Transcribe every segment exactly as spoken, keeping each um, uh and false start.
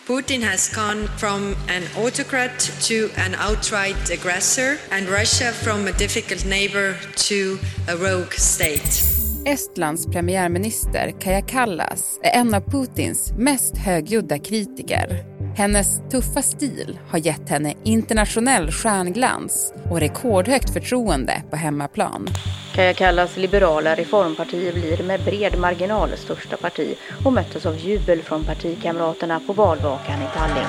Putin has gone from an autocrat to an outright aggressor and Russia from a difficult neighbor to a rogue state. Estlands premiärminister Kaja Kallas är en av Putins mest högljudda kritiker. Hennes tuffa stil har gett henne internationell stjärnglans och rekordhögt förtroende på hemmaplan. Kaja Kallas liberala reformparti blir med bred marginal största parti och möttes av jubel från partikamraterna på valvakan i Tallinn.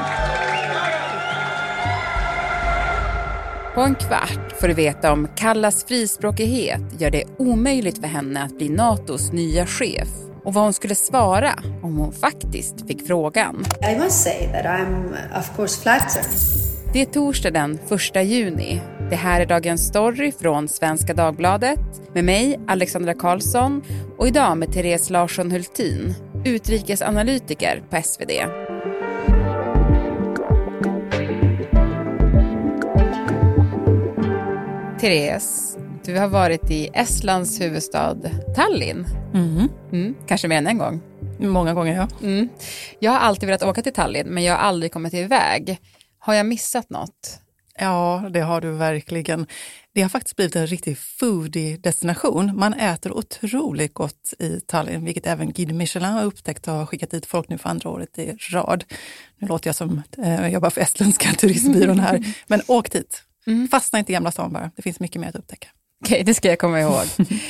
På en kvart får du veta om Kallas frispråkighet gör det omöjligt för henne att bli NATOs nya chef och vad hon skulle svara om hon faktiskt fick frågan. I must say that I'm of course flattered. Det är torsdag den första juni. Det här är dagens story från Svenska Dagbladet med mig, Alexandra Karlsson, och idag med Therese Larsson Hultin, utrikesanalytiker på S V D. Therese, du har varit i Estlands huvudstad Tallinn. Mm. Mm, kanske mer än en gång. Många gånger, ja. Mm. Jag har alltid velat åka till Tallinn, men jag har aldrig kommit iväg. Har jag missat något? Ja, det har du verkligen. Det har faktiskt blivit en riktig foodie-destination. Man äter otroligt gott i Tallinn, vilket även Guide Michelin har upptäckt och har skickat dit folk nu för andra året i rad. Nu låter jag som eh, jag jobbar för Estländska turistbyrån här, men åk dit. Mm. Fastna inte i Gamla stan bara. Det finns mycket mer att upptäcka. Okej, okay, det ska jag komma ihåg.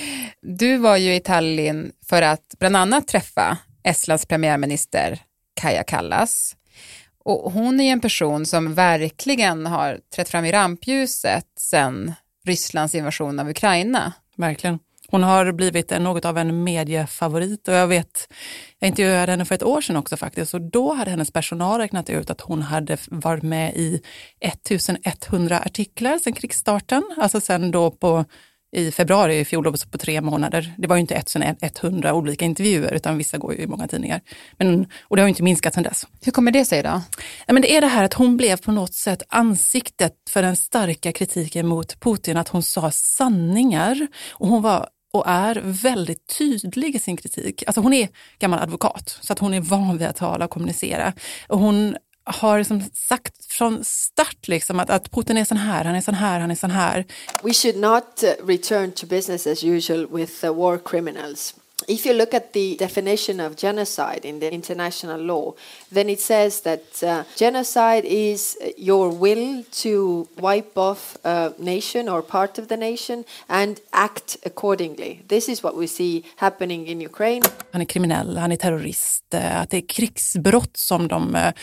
Du var ju i Tallinn för att bland annat träffa Estlands premiärminister Kaja Kallas. Och hon är en person som verkligen har trätt fram i rampljuset sedan Rysslands invasion av Ukraina. Verkligen. Hon har blivit en, något av en mediefavorit och jag vet, jag intervjuade henne för ett år sedan också faktiskt och då hade hennes personal räknat ut att hon hade varit med i ettusenetthundra artiklar sedan krigsstarten, alltså sen då på i februari i fjol på tre månader. Det var ju inte ettusenetthundra olika intervjuer utan vissa går ju i många tidningar. Men, och det har ju inte minskat sedan dess. Hur kommer det sig då? Ja, men det är det här att hon blev på något sätt ansiktet för den starka kritiken mot Putin. Att hon sa sanningar och hon var och är väldigt tydlig i sin kritik. Alltså hon är gammal advokat så att hon är van vid att tala och kommunicera. Och hon har liksom sagt från start liksom att, att Putin är sån här, han är sån här, han är sån här. We should not uh, return to business as usual with uh, war criminals. If you look at the definition of genocide in the international law, then it says that uh, genocide is your will to wipe off a nation or part of the nation and act accordingly. This is what we see happening in Ukraine. Han är kriminell, han är terrorist, att det är krigsbrott som de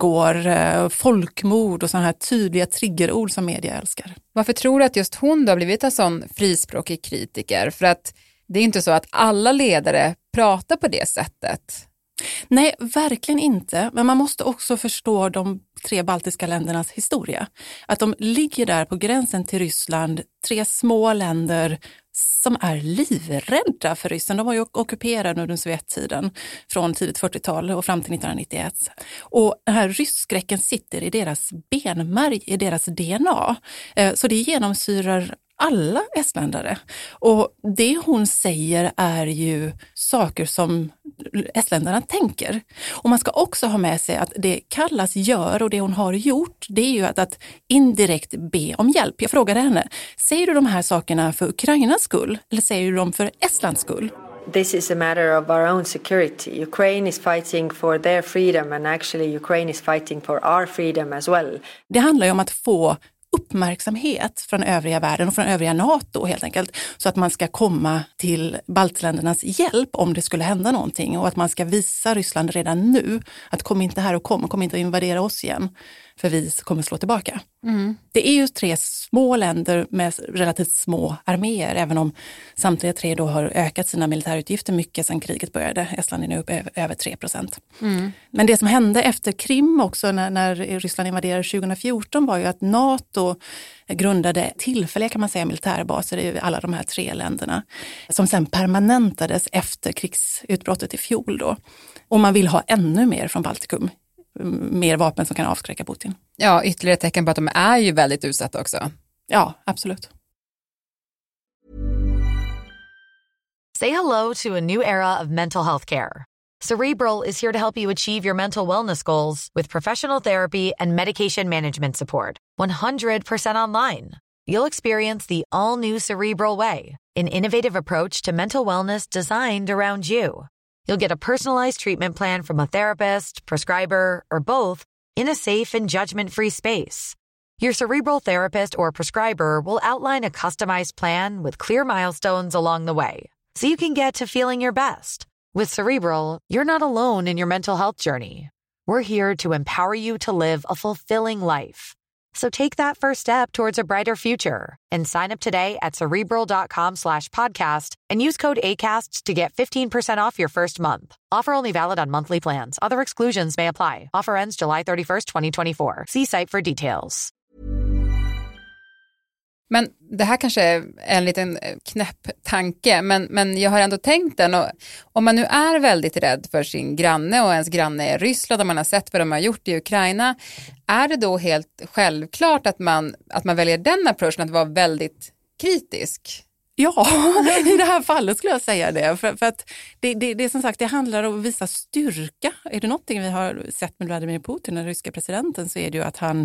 begår, folkmord och sådana här tydliga triggerord som media älskar. Varför tror du att just hon då har blivit en sån frispråkig kritiker? För att det är inte så att alla ledare pratar på det sättet. Nej, verkligen inte. Men man måste också förstå de tre baltiska ländernas historia. Att de ligger där på gränsen till Ryssland, tre små länder som är livrädda för Ryssland. De var ju ockuperade under Sovjettiden från tidigt fyrtiotal och fram till nittonhundranittioett. Och den här rysskräcken sitter i deras benmärg, i deras D N A. Så det genomsyrar alla estländare. Och det hon säger är ju saker som estländarna tänker. Och man ska också ha med sig att det Kallas gör och det hon har gjort, det är ju att, att indirekt be om hjälp. Jag frågade henne, säger du de här sakerna för Ukrainas skull eller säger du dem för Estlands skull? This is a matter of our own security. Ukraine is fighting for their freedom and actually Ukraine is fighting for our freedom as well. Det handlar ju om att få uppmärksamhet från övriga världen och från övriga NATO helt enkelt. Så att man ska komma till baltländernas hjälp om det skulle hända någonting. Och att man ska visa Ryssland redan nu att kom inte här och kom, kom inte att invadera oss igen. För vi kommer slå tillbaka. Mm. Det är ju tre små länder med relativt små arméer. Även om samtliga tre då har ökat sina militärutgifter mycket sedan kriget började. Estland är nu uppe över tre procent. Mm. Men det som hände efter Krim också när, när Ryssland invaderade tjugohundrafjorton var ju att NATO grundade tillfälliga kan man säga militärbaser i alla de här tre länderna. Som sen permanentades efter krigsutbrottet i fjol då. Och man vill ha ännu mer från Baltikum. Mer vapen som kan avskräcka Putin. Ja, ytterligare tecken på att de är ju väldigt utsatta också. Ja, absolut. Say hello to a new era of mental health care. Cerebral is here to help you achieve your mental wellness goals with professional therapy and medication management support. one hundred percent online. You'll experience the all-new Cerebral Way, an innovative approach to mental wellness designed around you. You'll get a personalized treatment plan from a therapist, prescriber, or both in a safe and judgment-free space. Your Cerebral therapist or prescriber will outline a customized plan with clear milestones along the way, so you can get to feeling your best. With Cerebral, you're not alone in your mental health journey. We're here to empower you to live a fulfilling life. So take that first step towards a brighter future and sign up today at Cerebral.com slash podcast and use code ACAST to get fifteen percent off your first month. Offer only valid on monthly plans. Other exclusions may apply. Offer ends July thirty-first, twenty twenty-four. See site for details. Men det här kanske är en liten knäpp tanke, men, men jag har ändå tänkt den. Och om man nu är väldigt rädd för sin granne och ens granne är Ryssland och man har sett vad de har gjort i Ukraina, är det då helt självklart att man, att man väljer den approachen att vara väldigt kritisk? Ja, i det här fallet skulle jag säga det. För, för att det, det, det som sagt, det handlar om att visa styrka. Är det någonting vi har sett med Vladimir Putin, den ryska presidenten, så är det ju att han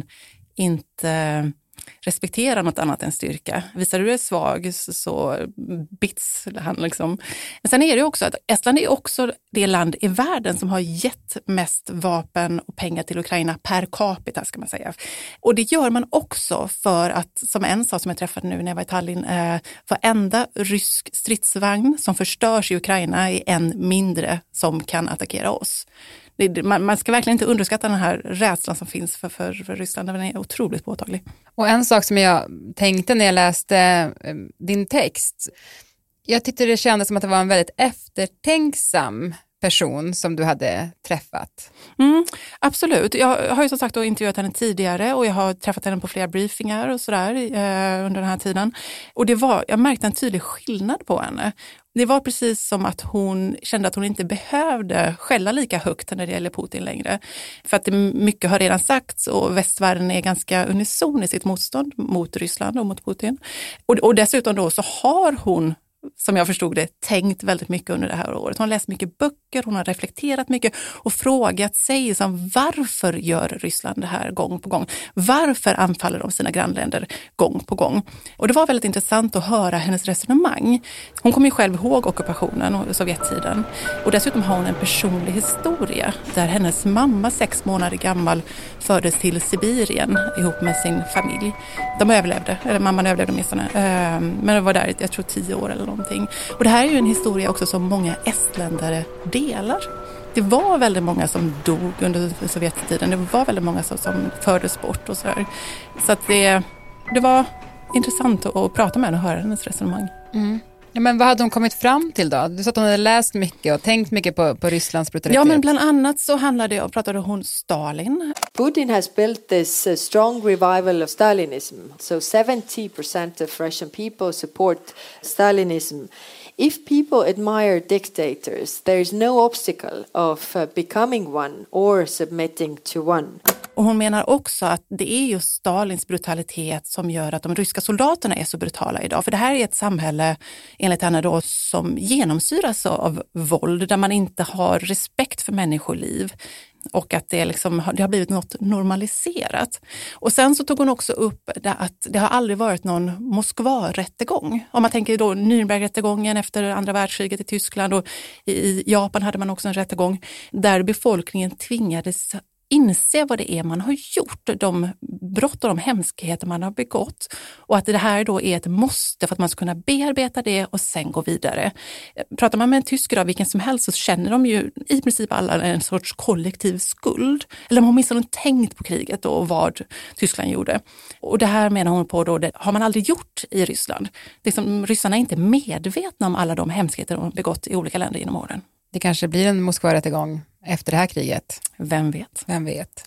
inte respektera något annat än styrka. Visar du är svag så bits han liksom. Men sen är det också att Estland är också det land i världen som har gett mest vapen och pengar till Ukraina per capita, ska man säga. Och det gör man också för att, som en sa som jag träffade nu när jag var i Tallinn, eh, varenda rysk stridsvagn som förstörs i Ukraina är en mindre som kan attackera oss. Man, man ska verkligen inte underskatta den här rädslan som finns för, för, för Ryssland. Den är otroligt påtaglig. Och en sak som jag tänkte när jag läste din text, jag tyckte det kändes som att det var en väldigt eftertänksam person som du hade träffat. Mm, absolut. Jag har ju som sagt då intervjuat henne tidigare och jag har träffat henne på flera briefingar och sådär eh, under den här tiden. Och det var, jag märkte en tydlig skillnad på henne. Det var precis som att hon kände att hon inte behövde skälla lika högt när det gäller Putin längre. För att det mycket har redan sagts och västvärlden är ganska unison i sitt motstånd mot Ryssland och mot Putin. Och, och dessutom då så har hon, som jag förstod det, tänkt väldigt mycket under det här året. Hon har läst mycket böcker, hon har reflekterat mycket och frågat sig som varför gör Ryssland det här gång på gång? Varför anfaller de sina grannländer gång på gång? Och det var väldigt intressant att höra hennes resonemang. Hon kommer ju själv ihåg ockupationen och Sovjettiden. Och dessutom har hon en personlig historia där hennes mamma, sex månader gammal, fördes till Sibirien ihop med sin familj. De överlevde, eller mamman överlevde åtminstone. Men det var där, jag tror tio år eller någonting. Och det här är ju en historia också som många estländare delar. Det var väldigt många som dog under Sovjettiden. Det var väldigt många som, som fördes bort och sådär. Så att det, det var intressant att, att prata med henne och höra hennes resonemang. Mm. Ja, men vad hade hon kommit fram till då? Du sa att hon hade läst mycket och tänkt mycket på, på Rysslands brutalitet. Ja, men bland annat så handlade det om, pratade hon Stalin. Putin has built this uh, strong revival of Stalinism. So seventy percent of Russian people support Stalinism. If people admire dictators, there is no obstacle of uh, becoming one or submitting to one. Och hon menar också att det är just Stalins brutalitet som gör att de ryska soldaterna är så brutala idag. För det här är ett samhälle, enligt henne då, som genomsyras av våld, där man inte har respekt för människoliv. Och att det, liksom, det har blivit något normaliserat. Och sen så tog hon också upp det att det har aldrig varit någon Moskva-rättegång. Om man tänker då Nürnberg-rättegången efter andra världskriget i Tyskland, och i Japan hade man också en rättegång där befolkningen tvingades inse vad det är man har gjort, de brott och de hemskheter man har begått, och att det här då är ett måste för att man ska kunna bearbeta det och sen gå vidare. Pratar man med en tysk idag, vilken som helst, så känner de ju i princip alla en sorts kollektiv skuld, eller de har åtminstone tänkt på kriget och vad Tyskland gjorde. Och det här menar hon på då, det har man aldrig gjort i Ryssland. Det är som, ryssarna är inte medvetna om alla de hemskheter de har begått i olika länder genom åren. Det kanske blir en Moskva-rättegång efter det här kriget. Vem vet? Vem vet.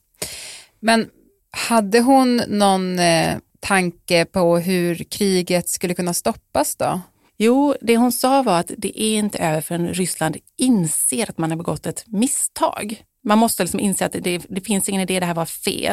Men hade hon någon eh, tanke på hur kriget skulle kunna stoppas då? Jo, det hon sa var att det är inte över förrän Ryssland inser att man har begått ett misstag. Man måste liksom inse att det, det finns ingen idé, det här var fel.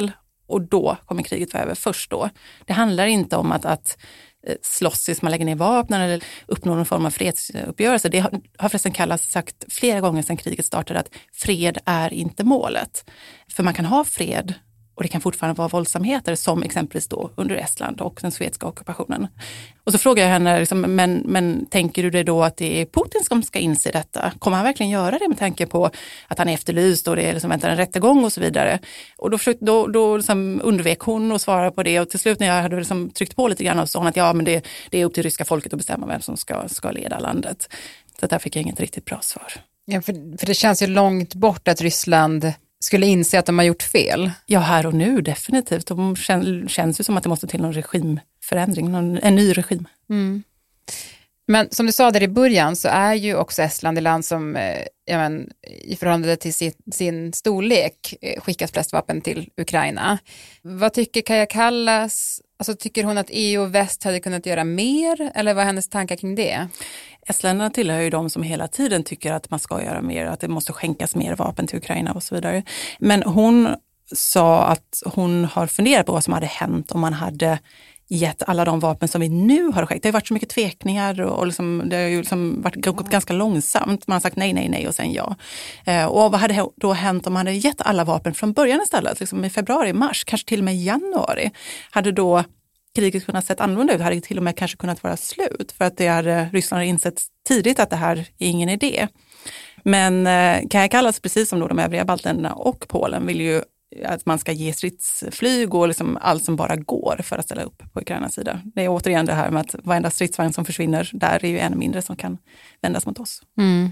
och då kommer kriget vara över först då. Det handlar inte om att, att slåss tills man lägger ner vapnen eller uppnår någon form av fredsuppgörelse. Det har, har förresten Kallas sagt flera gånger sedan kriget startade att fred är inte målet. För man kan ha fred och det kan fortfarande vara våldsamheter som exempelvis då under Estland och den sovjetiska ockupationen. Och så frågar jag henne, liksom, men, men tänker du det då att det är Putin som ska inse detta? Kommer han verkligen göra det med tanke på att han är efterlyst och det är liksom väntar en rättegång och så vidare? Och då, försökte, då, då liksom undvek hon att svara på det och till slut när jag hade liksom tryckt på lite grann och sa hon att ja, men det, det är upp till ryska folket att bestämma vem som ska, ska leda landet. Så där fick jag inget riktigt bra svar. Ja, för, för det känns ju långt bort att Ryssland skulle inse att de har gjort fel. Ja, här och nu definitivt. De kän, känns ju som att det måste till någon regimförändring, någon, en ny regim. Mm. Men som du sa där i början så är ju också Estland det land som ja men, i förhållande till sin, sin storlek skickat flest vapen till Ukraina. Vad tycker Kaja Kallas? Alltså, tycker hon att E U och väst hade kunnat göra mer? Eller vad är hennes tankar kring det? Estländerna tillhör ju de som hela tiden tycker att man ska göra mer, att det måste skänkas mer vapen till Ukraina och så vidare. Men hon sa att hon har funderat på vad som hade hänt om man hade gett alla de vapen som vi nu har skänkt. Det har varit så mycket tvekningar och liksom, det har ju liksom varit gått ganska långsamt. Man har sagt nej, nej, nej och sen ja. Eh, och vad hade då hänt om man hade gett alla vapen från början istället? Liksom i februari, mars, kanske till och med januari. Hade då kriget kunnat sett annorlunda ut? Hade det till och med kanske kunnat vara slut? För att det är, Ryssland har insett tidigt att det här är ingen idé. Men eh, Kaja Kallas, precis som då de övriga baltländerna och Polen, vill ju att man ska ge stridsflyg och liksom allt som bara går för att ställa upp på Ukrainas sida. Det är återigen det här med att varenda stridsvagn som försvinner, där är ju ännu mindre som kan vändas mot oss. Mm.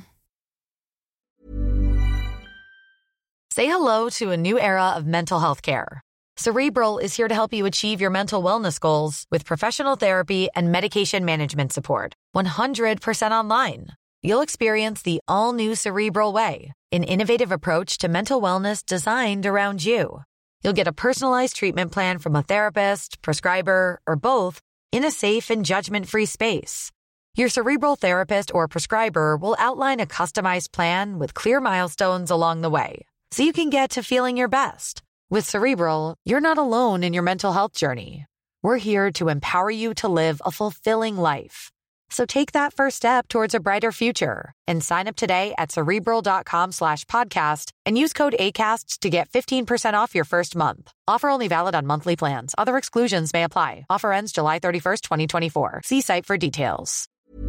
Say hello to a new era of mental health care. Cerebral is here to help you achieve your mental wellness goals with professional therapy and medication management support. one hundred percent online. You'll experience the all-new Cerebral Way, an innovative approach to mental wellness designed around you. You'll get a personalized treatment plan from a therapist, prescriber, or both in a safe and judgment-free space. Your Cerebral therapist or prescriber will outline a customized plan with clear milestones along the way, so you can get to feeling your best. With Cerebral, you're not alone in your mental health journey. We're here to empower you to live a fulfilling life. So take that first step towards a brighter future and sign up today at Cerebral.com slash podcast and use code ACAST to get fifteen percent off your first month. Offer only valid on monthly plans. Other exclusions may apply. Offer ends July thirty-first, twenty twenty-four. See site for details.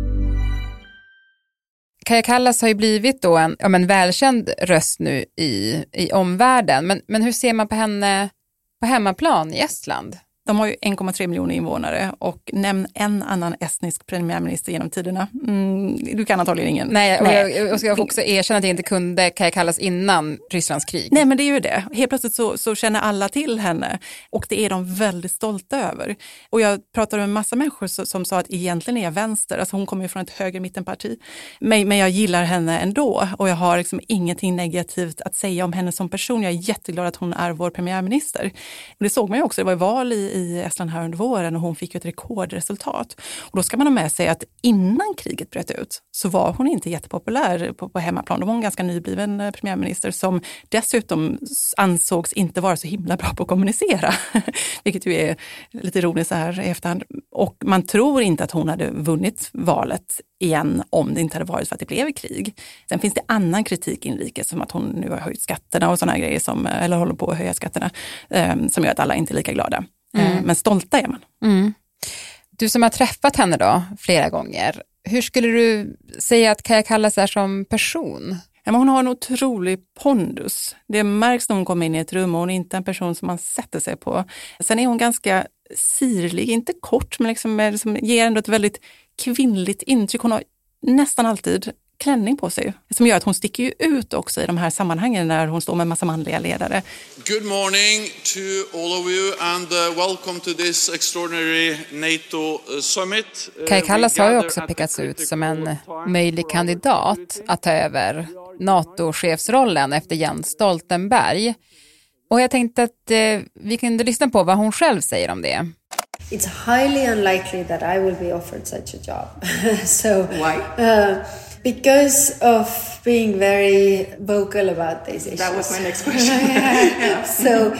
Kaja Kallas har ju blivit då en, ja, en välkänd röst nu i, i omvärlden. Men, men hur ser man på henne på hemmaplan i Estland? De har ju en komma tre miljoner invånare och nämn en annan estnisk premiärminister genom tiderna. Mm, du kan antagligen ingen. Nej, och Nej. Jag, jag ska också erkänna att jag inte kunde Kaja Kallas innan Rysslands krig. Nej, men det är ju det. Helt plötsligt så, så känner alla till henne och det är de väldigt stolta över. Och jag pratade med en massa människor som, som sa att egentligen är jag vänster. Alltså hon kommer ju från ett höger mittenparti. Men, men jag gillar henne ändå och jag har liksom ingenting negativt att säga om henne som person. Jag är jätteglad att hon är vår premiärminister. Och det såg man ju också, det var ju val i i Estland här under våren och hon fick ju ett rekordresultat. Och då ska man ha med sig att innan kriget bröt ut så var hon inte jättepopulär på, på hemmaplan. Då var hon ganska nybliven premiärminister som dessutom ansågs inte vara så himla bra på att kommunicera. Vilket ju är lite ironiskt så här i efterhand. Och man tror inte att hon hade vunnit valet igen om det inte hade varit för att det blev krig. Sen finns det annan kritik inrikes som att hon nu har höjt skatterna och sådana grejer som, eller håller på att höja skatterna som gör att alla inte är lika glada. Mm. Men stolta är man. Mm. Du som har träffat henne då flera gånger, hur skulle du säga att Kaja Kallas är som person? Ja, men hon har en otrolig pondus. Det märks när hon kommer in i ett rum och hon är inte en person som man sätter sig på. Sen är hon ganska sirlig, inte kort men liksom, liksom ger ändå ett väldigt kvinnligt intryck. Hon har nästan alltid klänning på sig som gör att hon sticker ju ut också i de här sammanhangen när hon står med en massa manliga ledare. Good morning to all of you and uh, welcome to this extraordinary NATO summit. Kaja Kallas har ju också pekats ut som en möjlig kandidat att ta över NATO-chefsrollen efter Jens Stoltenberg. Och jag tänkte att eh, vi kunde lyssna på vad hon själv säger om det. It's highly unlikely that I will be offered such a job. So why? Uh, Because of being very vocal about these issues. That was my next question. Yeah. So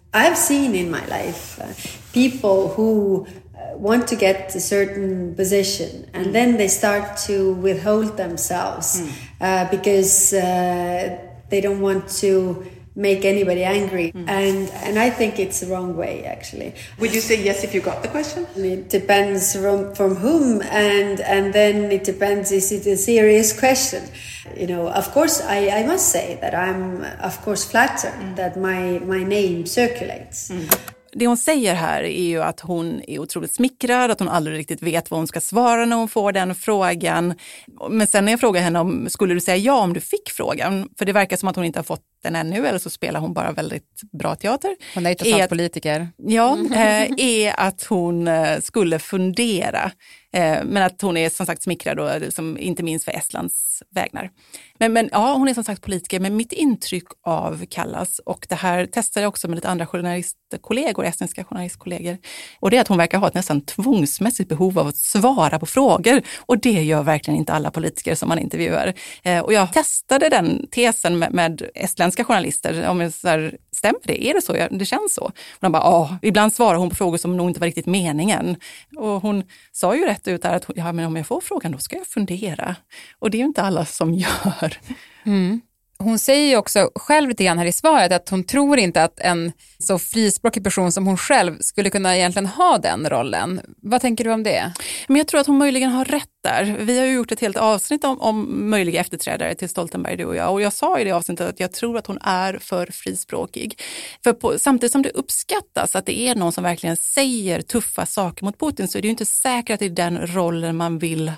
I've seen in my life uh, people who want to get a certain position and mm. then they start to withhold themselves mm. uh, because uh, they don't want to make anybody angry mm. and and I think it's the wrong way actually. Would you say yes if you got the question? It depends from from whom and and then it depends, is it a serious question? You know, of course I, I must say that I'm of course flattered mm. that my my name circulates. Mm. Det hon säger här är ju att hon är otroligt smickrad, att hon aldrig riktigt vet vad hon ska svara när hon får den frågan. Men sen när jag frågar henne om, skulle du säga ja om du fick frågan? För det verkar som att hon inte har fått den ännu, eller så spelar hon bara väldigt bra teater. Hon är ju totalt politiker. Ja, äh, är att hon äh, skulle fundera. Äh, men att hon är som sagt smickrad och liksom, inte minst för Estlands vägnar. Men, men ja, hon är som sagt politiker, men mitt intryck av Kallas, och det här testade jag också med lite andra journalistkollegor, estniska journalistkollegor, och det är att hon verkar ha ett nästan tvångsmässigt behov av att svara på frågor, och det gör verkligen inte alla politiker som man intervjuar. Eh, och jag testade den tesen med, med estländska journalister, om jag så här, stämmer det? Är det så? Det känns så. Och de bara, ja, ibland svarar hon på frågor som nog inte var riktigt meningen. Och hon sa ju rätt ut där att ja, men om jag får frågan då ska jag fundera. Och det är ju inte alla som gör. Mm. Hon säger ju också själv lite grann här i svaret att hon tror inte att en så frispråkig person som hon själv skulle kunna egentligen ha den rollen. Vad tänker du om det? Men jag tror att hon möjligen har rätt där. Vi har ju gjort ett helt avsnitt om, om möjliga efterträdare till Stoltenberg, du och jag. Och jag sa i det avsnittet att jag tror att hon är för frispråkig. För på, samtidigt som det uppskattas att det är någon som verkligen säger tuffa saker mot Putin, så är det ju inte säkert att det är den rollen man vill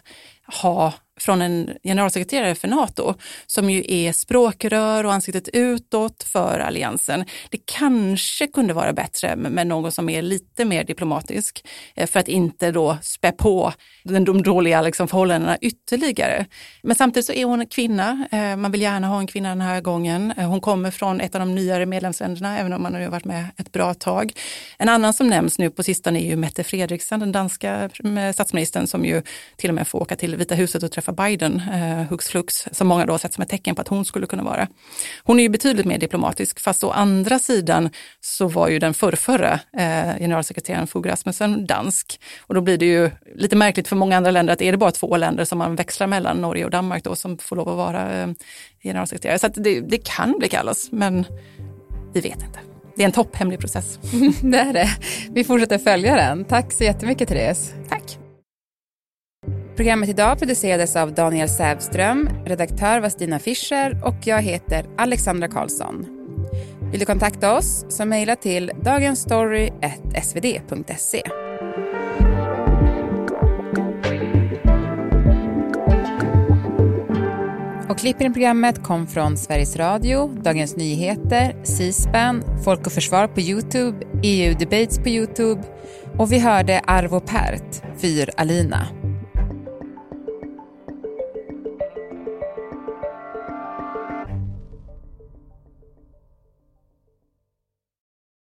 ha från en generalsekreterare för NATO som ju är språkrör och ansiktet utåt för alliansen. Det kanske kunde vara bättre med någon som är lite mer diplomatisk för att inte då spä på de dåliga liksom förhållandena ytterligare. Men samtidigt så är hon en kvinna. Man vill gärna ha en kvinna den här gången. Hon kommer från ett av de nyare medlemsländerna, även om man har varit med ett bra tag. En annan som nämns nu på sistone är ju Mette Frederiksen, den danska statsministern, som ju till och med får åka till Vita huset och träffa Biden, eh, hux flux, som många då har sett som ett tecken på att hon skulle kunna vara. Hon är ju betydligt mer diplomatisk, fast å andra sidan så var ju den förrförra eh, generalsekreteraren Fogh Rasmussen dansk. Och då blir det ju lite märkligt för många andra länder att är det bara två länder som man växlar mellan, Norge och Danmark då, som får lov att vara eh, generalsekreterare. Så att det, det kan bli Kallas, men vi vet inte. Det är en topphemlig process. Det är det. Vi fortsätter följa den. Tack så jättemycket, Therese. Tack. Programmet idag producerades av Daniel Sävström, redaktör var Stina Fischer och jag heter Alexandra Karlsson. Vill du kontakta oss så mejla till dagensstory at s v d punkt se. Och klippen i programmet kom från Sveriges Radio, Dagens Nyheter, C-SPAN, Folk och Försvar på YouTube, E U Debates på YouTube och vi hörde Arvo Pärt, Fyr Alina.